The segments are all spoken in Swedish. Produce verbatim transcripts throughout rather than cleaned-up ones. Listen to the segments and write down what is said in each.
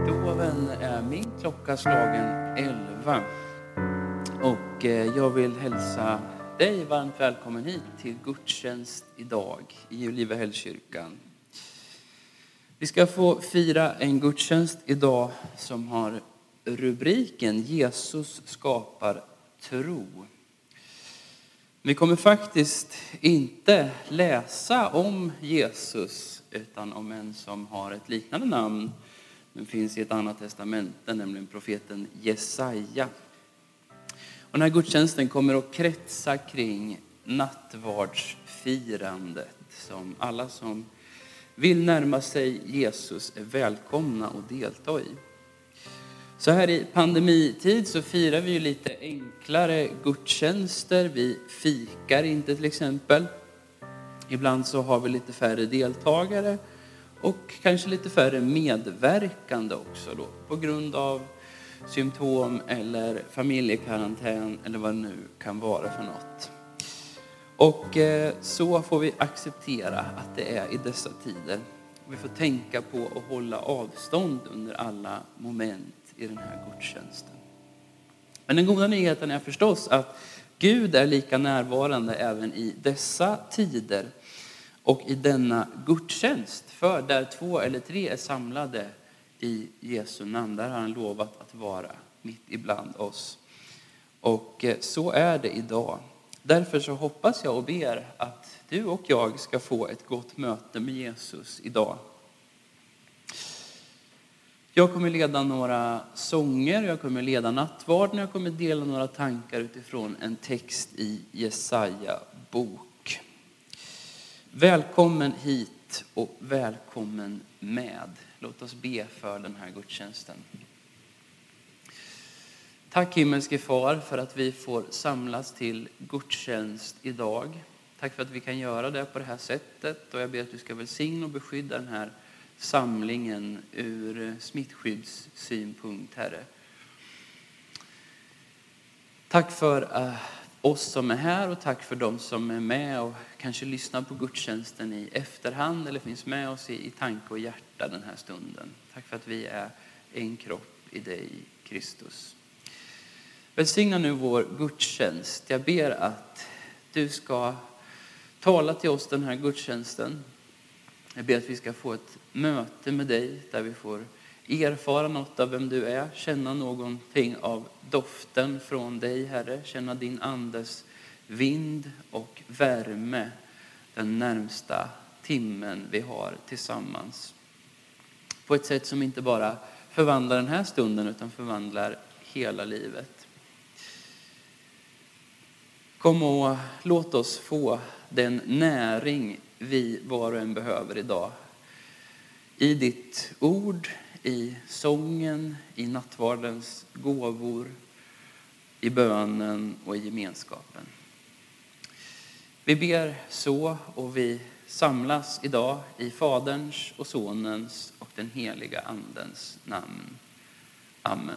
Doven är min klocka slagen elva. Och jag vill hälsa dig varmt välkommen hit till gudstjänst idag i Olivahällskyrkan. Vi ska få fira en gudstjänst idag som har rubriken Jesus skapar tro. Vi kommer faktiskt inte läsa om Jesus utan om en som har ett liknande namn men finns i ett annat testamente, nämligen profeten Jesaja. Och den här gudstjänsten kommer att kretsa kring nattvardsfirandet som alla som vill närma sig Jesus är välkomna att delta i. Så här i pandemitid så firar vi ju lite enklare gudstjänster. Vi fikar inte till exempel. Ibland så har vi lite färre deltagare och kanske lite färre medverkande också då. På grund av symptom eller familjekarantän eller vad det nu kan vara för något. Och så får vi acceptera att det är i dessa tider. Vi får tänka på att hålla avstånd under alla moment i den här gudstjänsten. Men den goda nyheten är förstås att Gud är lika närvarande även i dessa tider och i denna gudstjänst. För där två eller tre är samlade i Jesu namn, där har han lovat att vara mitt ibland oss. Och så är det idag. Därför så hoppas jag och ber att du och jag ska få ett gott möte med Jesus idag. Jag kommer leda några sånger, jag kommer leda nattvarden, jag kommer dela några tankar utifrån en text i Jesaja bok. Välkommen hit och välkommen med. Låt oss be för den här gudstjänsten. Tack himmelske far för att vi får samlas till gudstjänst idag. Tack för att vi kan göra det på det här sättet. Och jag ber att du ska välsigna och beskydda den här samlingen ur smittskyddssynpunkt, Herre. Tack för uh, oss som är här och tack för de som är med och kanske lyssnar på gudstjänsten i efterhand eller finns med oss i, i tanke och hjärta den här stunden. Tack för att vi är en kropp i dig, Kristus. Välsigna nu vår gudstjänst. Jag ber att du ska tala till oss den här gudstjänsten. Jag ber att vi ska få ett möte med dig där vi får erfara något av vem du är. Känna någonting av doften från dig, Herre. Känna din andes vind och värme den närmsta timmen vi har tillsammans. På ett sätt som inte bara förvandlar den här stunden utan förvandlar hela livet. Kom och låt oss få den näring vi var och en behöver idag. I ditt ord, i sången, i nattvardens gåvor, i bönen och i gemenskapen. Vi ber så och vi samlas idag i Faderns och Sonens och den heliga Andens namn. Amen.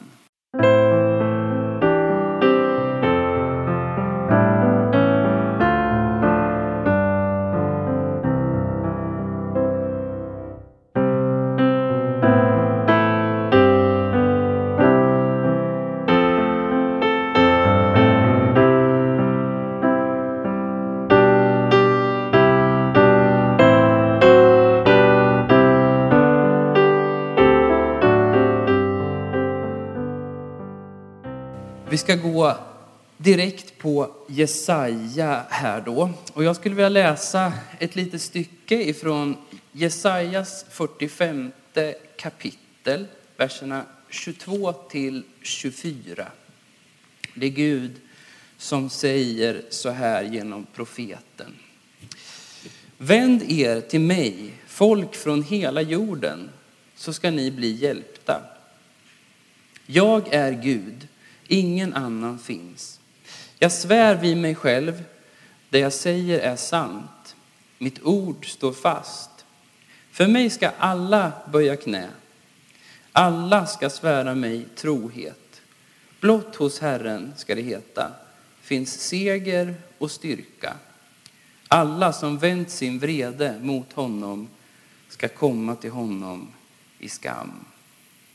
Vi ska gå direkt på Jesaja här då. Och jag skulle vilja läsa ett litet stycke ifrån Jesajas fyrtiofemte kapitel, verserna tjugotvå till tjugofyra. Det är Gud som säger så här genom profeten. Vänd er till mig, folk från hela jorden, så ska ni bli hjälpta. Jag är Gud. Ingen annan finns. Jag svär vid mig själv, det jag säger är sant. Mitt ord står fast. För mig ska alla böja knä. Alla ska svära mig trohet. Blott hos Herren ska det heta. Finns seger och styrka. Alla som vänt sin vrede mot honom ska komma till honom i skam.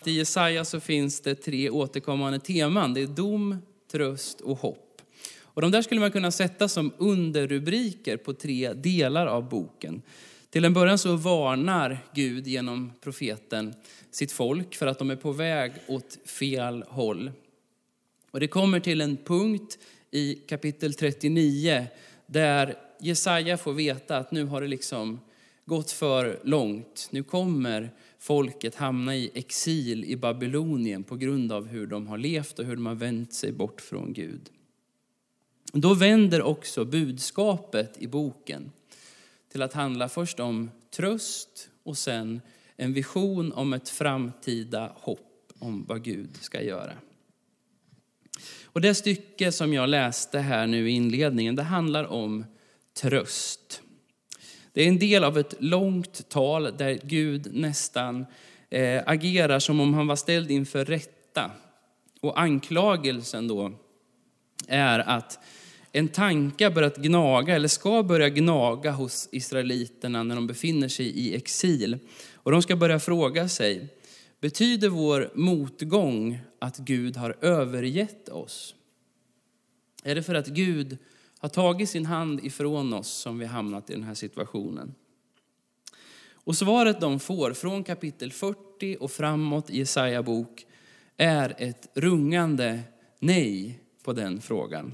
att i Jesaja så finns det tre återkommande teman. Det är dom, tröst och hopp. Och de där skulle man kunna sätta som underrubriker på tre delar av boken. Till en början så varnar Gud genom profeten sitt folk för att de är på väg åt fel håll. Och det kommer till en punkt i kapitel trettionio där Jesaja får veta att nu har det liksom gått för långt. Nu kommer folket hamna i exil i Babylonien på grund av hur de har levt och hur de har vänt sig bort från Gud. Då vänder också budskapet i boken till att handla först om tröst och sen en vision om ett framtida hopp om vad Gud ska göra. Och det stycke som jag läste här nu i inledningen, det handlar om tröst. Det är en del av ett långt tal där Gud nästan eh, agerar som om han var ställd inför rätta. Och anklagelsen då är att en tanke börjat gnaga eller ska börja gnaga hos israeliterna när de befinner sig i exil. Och de ska börja fråga sig, betyder vår motgång att Gud har övergett oss? Är det för att Gud har tagit sin hand ifrån oss som vi hamnat i den här situationen? Och svaret de får från kapitel fyrtio och framåt i Jesaja bok är ett rungande nej på den frågan.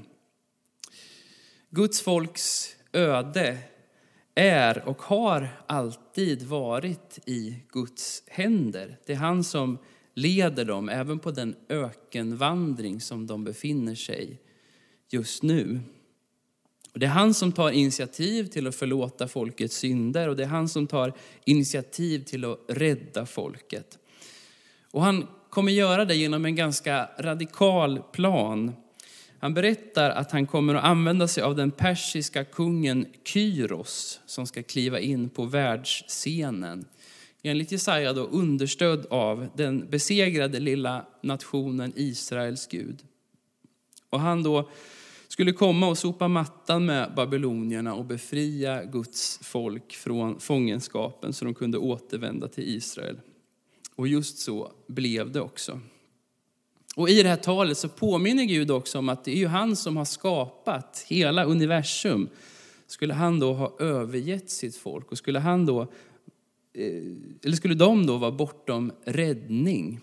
Guds folks öde är och har alltid varit i Guds händer. Det är han som leder dem även på den ökenvandring som de befinner sig just nu. Och det är han som tar initiativ till att förlåta folkets synder och det är han som tar initiativ till att rädda folket. Och han kommer göra det genom en ganska radikal plan. Han berättar att han kommer att använda sig av den persiska kungen Kyros som ska kliva in på världsscenen. Enligt Jesaja då understödd av den besegrade lilla nationen Israels Gud. Och han då skulle komma och sopa mattan med babylonierna och befria Guds folk från fångenskapen så de kunde återvända till Israel. Och just så blev det också. Och i det här talet så påminner Gud också om att det är ju han som har skapat hela universum. Skulle han då ha övergett sitt folk och skulle han då eller skulle de då vara bortom räddning?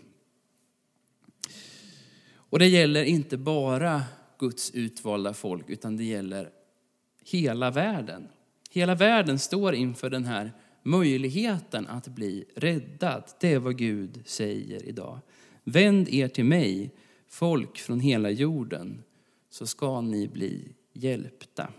Och det gäller inte bara Guds utvalda folk utan det gäller hela världen. Hela världen står inför den här möjligheten att bli räddad. Det är vad Gud säger idag. Vänd er till mig, folk från hela jorden, så ska ni bli hjälpta.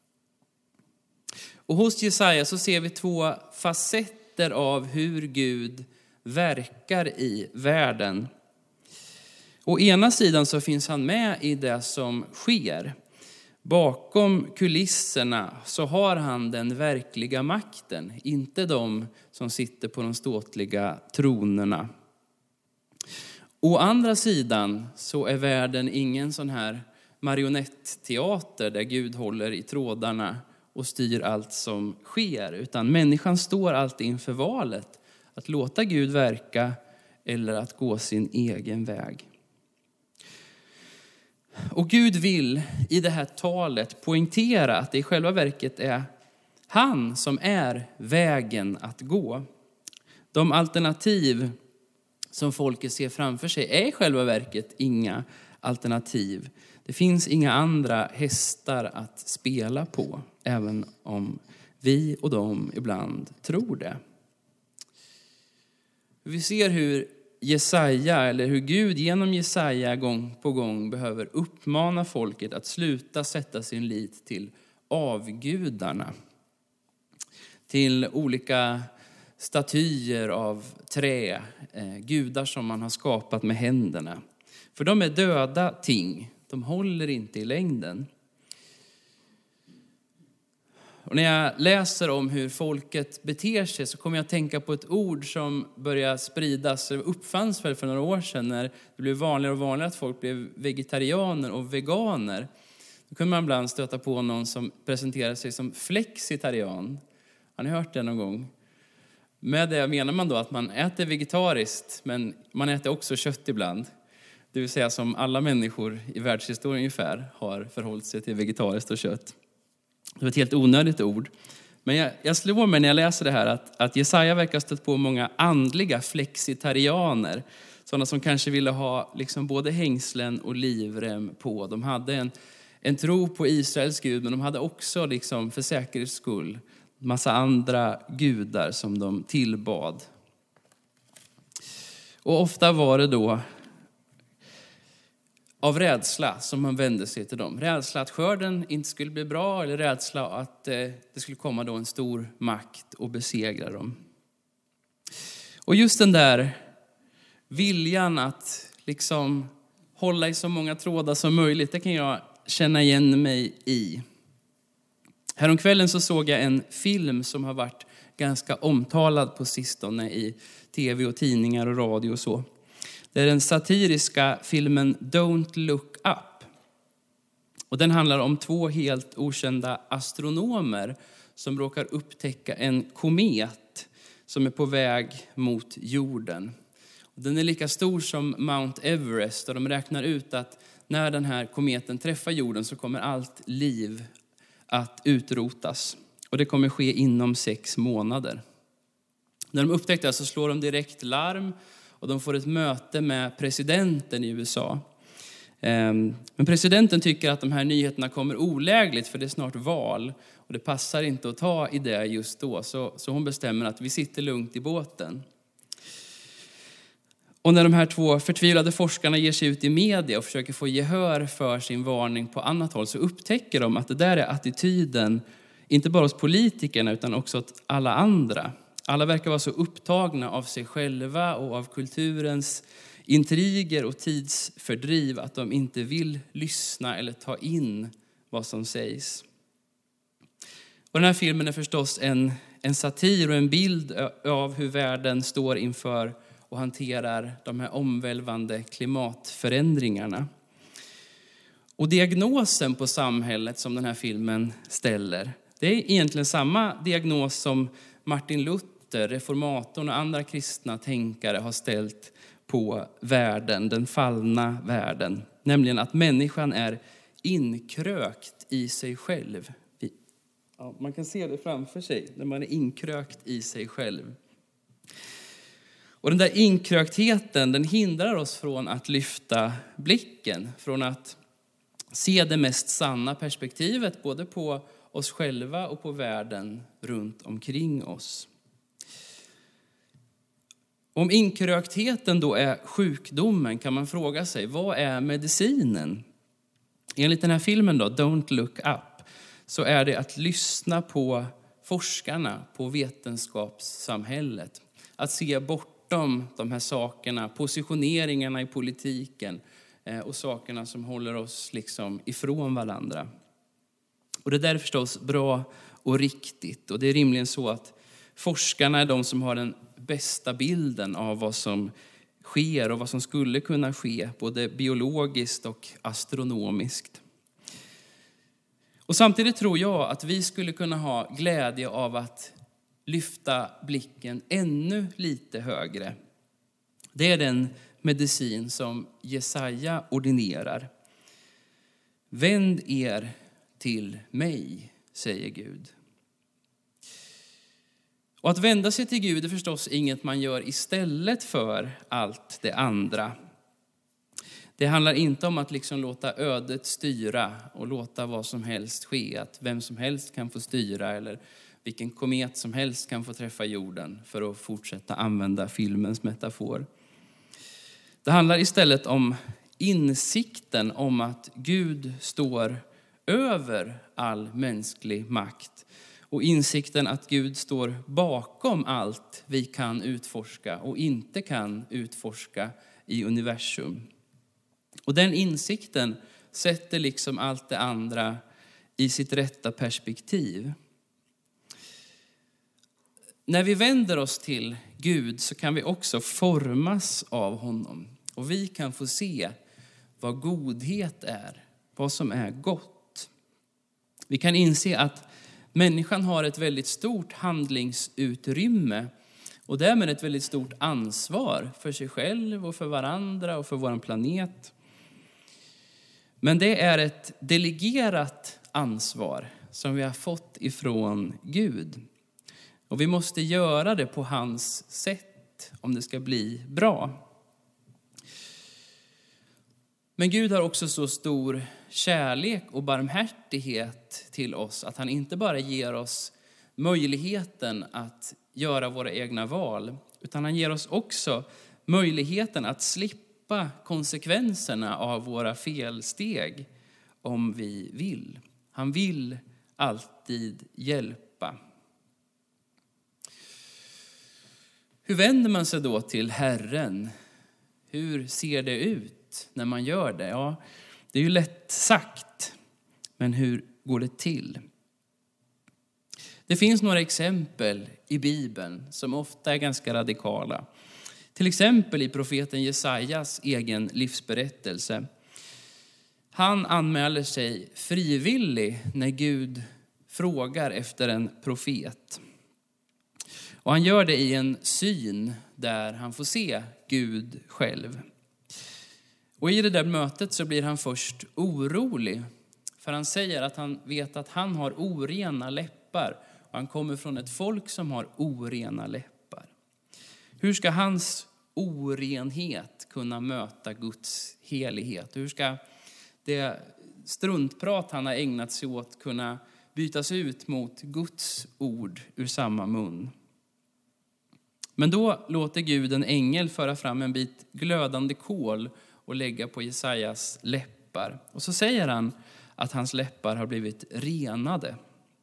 Och hos Jesaja så ser vi två facetter av hur Gud verkar i världen. Å ena sidan så finns han med i det som sker. Bakom kulisserna så har han den verkliga makten, inte de som sitter på de ståtliga tronerna. Å andra sidan så är världen ingen sån här marionettteater där Gud håller i trådarna och styr allt som sker. Utan människan står alltid inför valet att låta Gud verka eller att gå sin egen väg. Och Gud vill i det här talet poängtera att det i själva verket är han som är vägen att gå. De alternativ som folket ser framför sig är i själva verket inga alternativ. Det finns inga andra hästar att spela på, även om vi och de ibland tror det. Vi ser hur Jesaja, eller hur Gud genom Jesaja gång på gång behöver uppmana folket att sluta sätta sin lit till avgudarna. Till olika statyer av trä, eh, gudar som man har skapat med händerna. För de är döda ting, de håller inte i längden. Och när jag läser om hur folket beter sig så kommer jag att tänka på ett ord som börjar spridas. Det uppfanns väl för några år sedan när det blev vanligare och vanligare att folk blev vegetarianer och veganer. Då kunde man ibland stöta på någon som presenterar sig som flexitarian. Har ni hört det någon gång? Med det menar man då att man äter vegetariskt, men man äter också kött ibland. Det vill säga som alla människor i världshistorien ungefär har förhållit sig till vegetariskt och kött. Det var ett helt onödigt ord. Men jag, jag slår mig när jag läser det här att, att Jesaja verkar ha stött på många andliga flexitarianer. Sådana som kanske ville ha liksom både hängslen och livrem på. De hade en, en tro på Israels Gud, men de hade också liksom för säkerhets skull massa andra gudar som de tillbad. Och ofta var det då av rädsla som man vände sig till dem. Rädsla att skörden inte skulle bli bra, eller rädsla att eh, det skulle komma då en stor makt och besegra dem. Och just den där viljan att liksom hålla i så många trådar som möjligt, det kan jag känna igen mig i. Häromkvällen så såg jag en film som har varit ganska omtalad på sistone i tv och tidningar och radio och så. Det är den satiriska filmen Don't Look Up. Och den handlar om två helt okända astronomer som råkar upptäcka en komet som är på väg mot jorden. Och den är lika stor som Mount Everest, och de räknar ut att när den här kometen träffar jorden så kommer allt liv att utrotas. Och det kommer ske inom sex månader. När de upptäckte det så slår de direkt larm. Och de får ett möte med presidenten i U S A. Men presidenten tycker att de här nyheterna kommer olägligt, för det är snart val. Och det passar inte att ta i det just då. Så, så hon bestämmer att vi sitter lugnt i båten. Och när de här två förtvivlade forskarna ger sig ut i media och försöker få gehör för sin varning på annat håll, så upptäcker de att det där är attityden, inte bara hos politikerna utan också åt alla andra. Alla verkar vara så upptagna av sig själva och av kulturens intriger och tidsfördriv att de inte vill lyssna eller ta in vad som sägs. Och den här filmen är förstås en, en satir och en bild av hur världen står inför och hanterar de här omvälvande klimatförändringarna. Och diagnosen på samhället som den här filmen ställer, det är egentligen samma diagnos som Martin Luther, reformatorn och andra kristna tänkare har ställt på världen, den fallna världen. Nämligen att människan är inkrökt i sig själv. Ja, man kan se det framför sig när man är inkrökt i sig själv. Och den där inkröktheten, den hindrar oss från att lyfta blicken. Från att se det mest sanna perspektivet både på oss själva och på världen runt omkring oss. Om inkröktheten då är sjukdomen kan man fråga sig, vad är medicinen? Enligt den här filmen då, Don't Look Up, så är det att lyssna på forskarna, på vetenskapssamhället. Att se bortom de här sakerna, positioneringarna i politiken och sakerna som håller oss liksom ifrån varandra. Och det där är förstås bra och riktigt. Och det är rimligen så att forskarna är de som har den bästa bilden av vad som sker och vad som skulle kunna ske, både biologiskt och astronomiskt. Och samtidigt tror jag att vi skulle kunna ha glädje av att lyfta blicken ännu lite högre. Det är den medicin som Jesaja ordinerar. Vänd er till mig, säger Gud. Och att vända sig till Gud är förstås inget man gör istället för allt det andra. Det handlar inte om att liksom låta ödet styra och låta vad som helst ske. Att vem som helst kan få styra eller vilken komet som helst kan få träffa jorden, för att fortsätta använda filmens metafor. Det handlar istället om insikten om att Gud står över all mänsklig makt. Och insikten att Gud står bakom allt vi kan utforska och inte kan utforska i universum. Och den insikten sätter liksom allt det andra i sitt rätta perspektiv. När vi vänder oss till Gud så kan vi också formas av honom. Och vi kan få se vad godhet är, vad som är gott. Vi kan inse att människan har ett väldigt stort handlingsutrymme Och därmed ett väldigt stort ansvar för sig själv och för varandra och för vår planet. Men det är ett delegerat ansvar som vi har fått ifrån Gud. Och vi måste göra det på hans sätt om det ska bli bra. Men Gud har också så stor kärlek och barmhärtighet till oss att han inte bara ger oss möjligheten att göra våra egna val, utan han ger oss också möjligheten att slippa konsekvenserna av våra felsteg om vi vill. Han vill alltid hjälpa. Hur vänder man sig då till Herren? Hur ser det ut när man gör det? Ja, det är ju lätt sagt, men hur går det till? Det finns några exempel i Bibeln som ofta är ganska radikala. Till exempel i profeten Jesajas egen livsberättelse. Han anmäler sig frivillig när Gud frågar efter en profet. Och han gör det i en syn där han får se Gud själv. Och i det där mötet så blir han först orolig. För han säger att han vet att han har orena läppar. Och han kommer från ett folk som har orena läppar. Hur ska hans orenhet kunna möta Guds helighet? Hur ska det struntprat han har ägnat sig åt kunna bytas ut mot Guds ord ur samma mun? Men då låter Gud en ängel föra fram en bit glödande kol och lägga på Jesajas läppar. Och så säger han att hans läppar har blivit renade.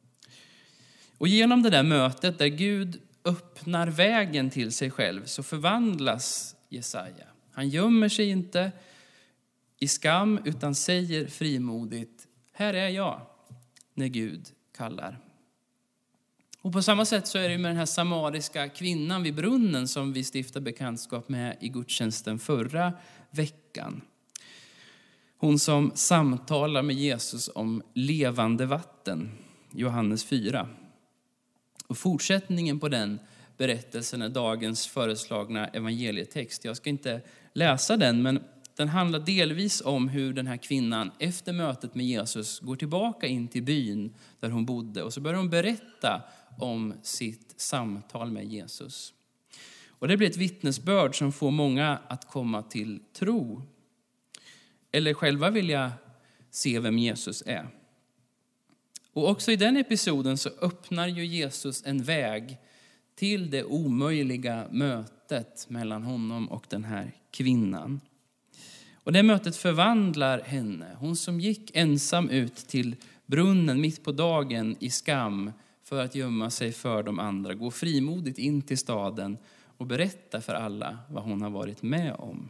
Och genom det där mötet där Gud öppnar vägen till sig själv så förvandlas Jesaja. Han gömmer sig inte i skam utan säger frimodigt: här är jag när Gud kallar. Och på samma sätt så är det med den här samariska kvinnan vid brunnen som vi stiftar bekantskap med i gudstjänsten förra veckan. Hon som samtalar med Jesus om levande vatten, Johannes fyra. Och fortsättningen på den berättelsen är dagens föreslagna evangelietext. Jag ska inte läsa den, men den handlar delvis om hur den här kvinnan efter mötet med Jesus går tillbaka in till byn där hon bodde. Och så börjar hon berätta om sitt samtal med Jesus. Och det blir ett vittnesbörd som får många att komma till tro. Eller själva vilja se vem Jesus är. Och också i den episoden så öppnar ju Jesus en väg till det omöjliga mötet mellan honom och den här kvinnan. Och det mötet förvandlar henne. Hon som gick ensam ut till brunnen mitt på dagen i skam för att gömma sig för de andra. Går frimodigt in till staden och berättar för alla vad hon har varit med om.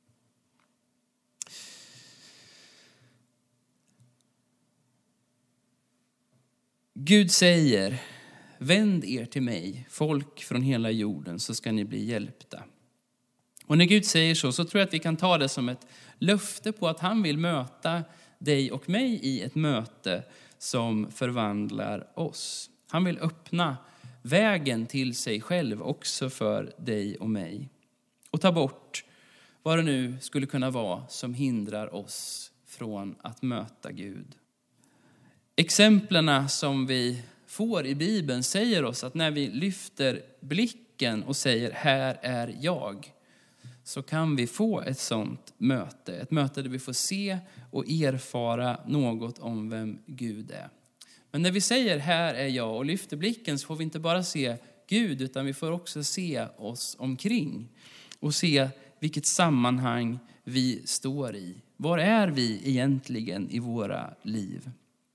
Gud säger: vänd er till mig, folk från hela jorden, så ska ni bli hjälpta. Och när Gud säger så, så tror jag att vi kan ta det som ett löfte på att han vill möta dig och mig i ett möte som förvandlar oss. Han vill öppna vägen till sig själv också för dig och mig. Och ta bort vad det nu skulle kunna vara som hindrar oss från att möta Gud. Exemplen som vi får i Bibeln säger oss att när vi lyfter blicken och säger här är jag, så kan vi få ett sånt möte. Ett möte där vi får se och erfara något om vem Gud är. Men när vi säger här är jag och lyfter blicken så får vi inte bara se Gud utan vi får också se oss omkring. Och se vilket sammanhang vi står i. Var är vi egentligen i våra liv?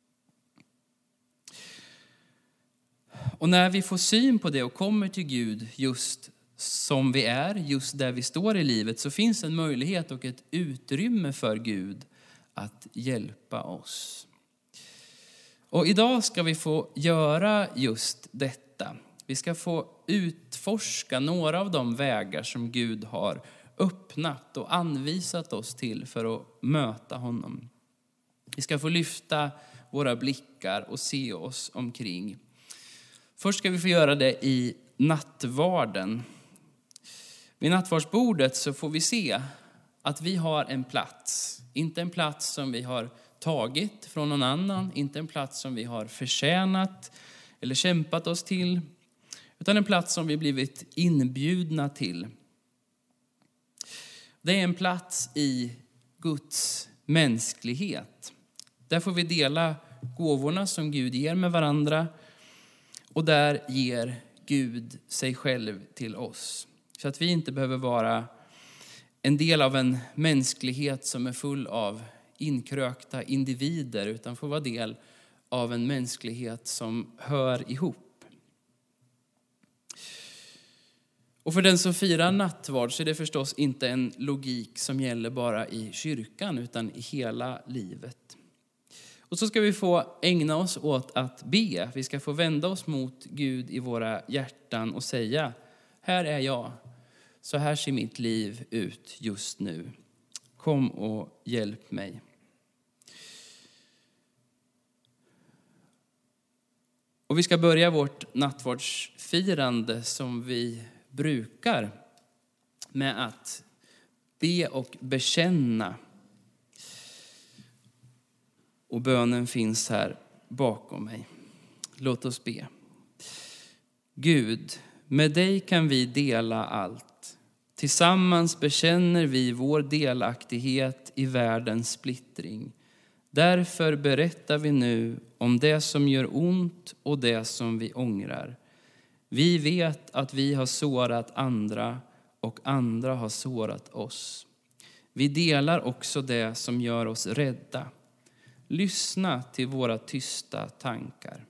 Och när vi får syn på det och kommer till Gud just som vi är, just där vi står i livet, så finns en möjlighet och ett utrymme för Gud att hjälpa oss. Och idag ska vi få göra just detta. Vi ska få utforska några av de vägar som Gud har öppnat och anvisat oss till för att möta honom. Vi ska få lyfta våra blickar och se oss omkring. Först ska vi få göra det i nattvarden. Vid nattvardsbordet så får vi se att vi har en plats. Inte en plats som vi har tagit från någon annan. Inte en plats som vi har förtjänat eller kämpat oss till. Utan en plats som vi blivit inbjudna till. Det är en plats i Guds mänsklighet. Där får vi dela gåvorna som Gud ger med varandra. Och där ger Gud sig själv till oss. Så att vi inte behöver vara en del av en mänsklighet som är full av inkrökta individer. Utan får vara del av en mänsklighet som hör ihop. Och för den som firar nattvard så är det förstås inte en logik som gäller bara i kyrkan utan i hela livet. Och så ska vi få ägna oss åt att be. Vi ska få vända oss mot Gud i våra hjärtan och säga: här är jag, så här ser mitt liv ut just nu. Kom och hjälp mig. Och vi ska börja vårt nattvardsfirande som vi brukar med att be och bekänna. Och bönen finns här bakom mig. Låt oss be. Gud, med dig kan vi dela allt. Tillsammans bekänner vi vår delaktighet i världens splittring. Därför berättar vi nu om det som gör ont och det som vi ångrar. Vi vet att vi har sårat andra och andra har sårat oss. Vi delar också det som gör oss rädda. Lyssna till våra tysta tankar.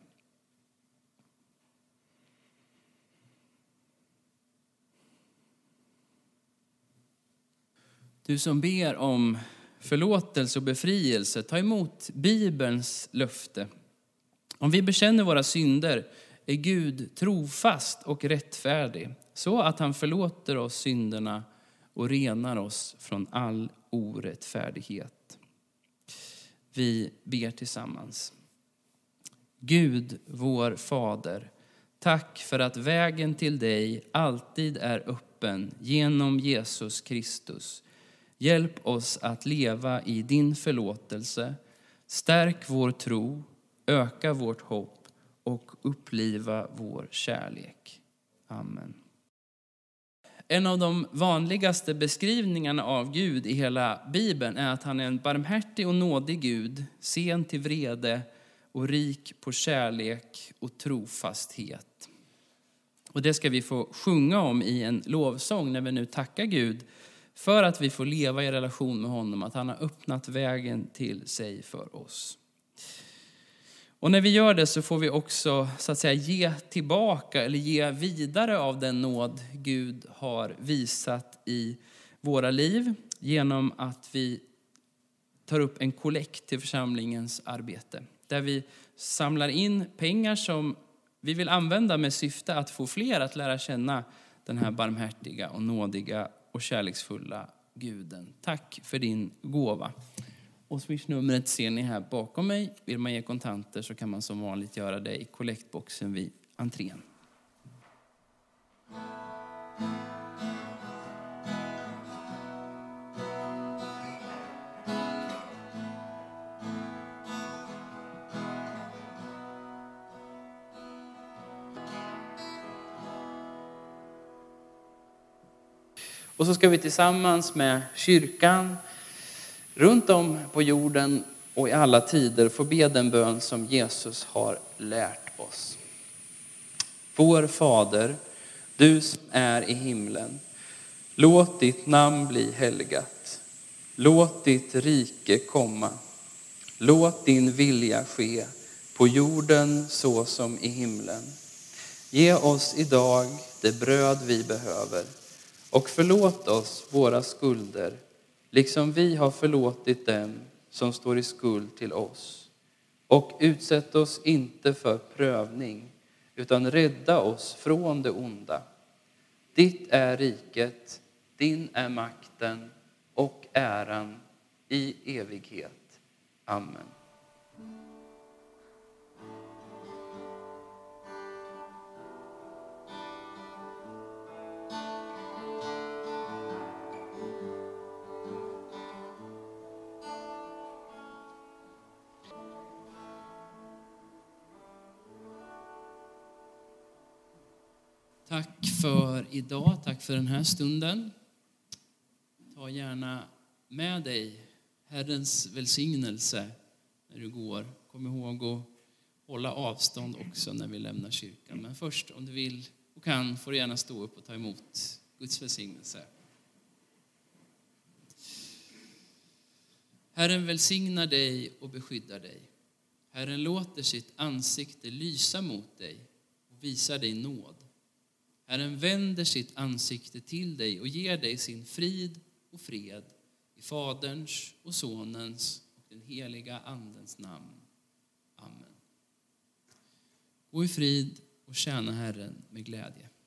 Du som ber om förlåtelse och befrielse, ta emot Bibelns löfte. Om vi bekänner våra synder är Gud trofast och rättfärdig, så att han förlåter oss synderna och renar oss från all orättfärdighet. Vi ber tillsammans. Gud, vår Fader, tack för att vägen till dig alltid är öppen genom Jesus Kristus. Hjälp oss att leva i din förlåtelse. Stärk vår tro, öka vårt hopp och uppliva vår kärlek. Amen. En av de vanligaste beskrivningarna av Gud i hela Bibeln är att han är en barmhärtig och nådig Gud, sen till vrede och rik på kärlek och trofasthet. Och det ska vi få sjunga om i en lovsång när vi nu tackar Gud för att vi får leva i relation med honom, att han har öppnat vägen till sig för oss. Och när vi gör det så får vi också så att säga ge tillbaka eller ge vidare av den nåd Gud har visat i våra liv genom att vi tar upp en kollekt till församlingens arbete. Där vi samlar in pengar som vi vill använda med syfte att få fler att lära känna den här barmhärtiga och nådiga och kärleksfulla Guden. Tack för din gåva. Och swishnumret ser ni här bakom mig. Vill man ge kontanter så kan man som vanligt göra det i kollektboxen vid entrén. Och så ska vi tillsammans med kyrkan runt om på jorden och i alla tider få be den bön som Jesus har lärt oss. Vår Fader, du som är i himlen, låt ditt namn bli helgat. Låt ditt rike komma. Låt din vilja ske på jorden så som i himlen. Ge oss idag det bröd vi behöver. Och förlåt oss våra skulder, liksom vi har förlåtit dem som står i skuld till oss. Och utsätt oss inte för prövning, utan rädda oss från det onda. Ditt är riket, din är makten och äran i evighet. Amen. Tack för idag, tack för den här stunden. Ta gärna med dig Herrens välsignelse när du går. Kom ihåg att hålla avstånd också när vi lämnar kyrkan. Men först, om du vill och kan, får du gärna stå upp och ta emot Guds välsignelse. Herren välsignar dig och beskyddar dig. Herren låter sitt ansikte lysa mot dig och visar dig nåd. Herren vänder sitt ansikte till dig och ger dig sin frid och fred i Faderns och Sonens och den heliga Andens namn. Amen. Gå i frid och tjäna Herren med glädje.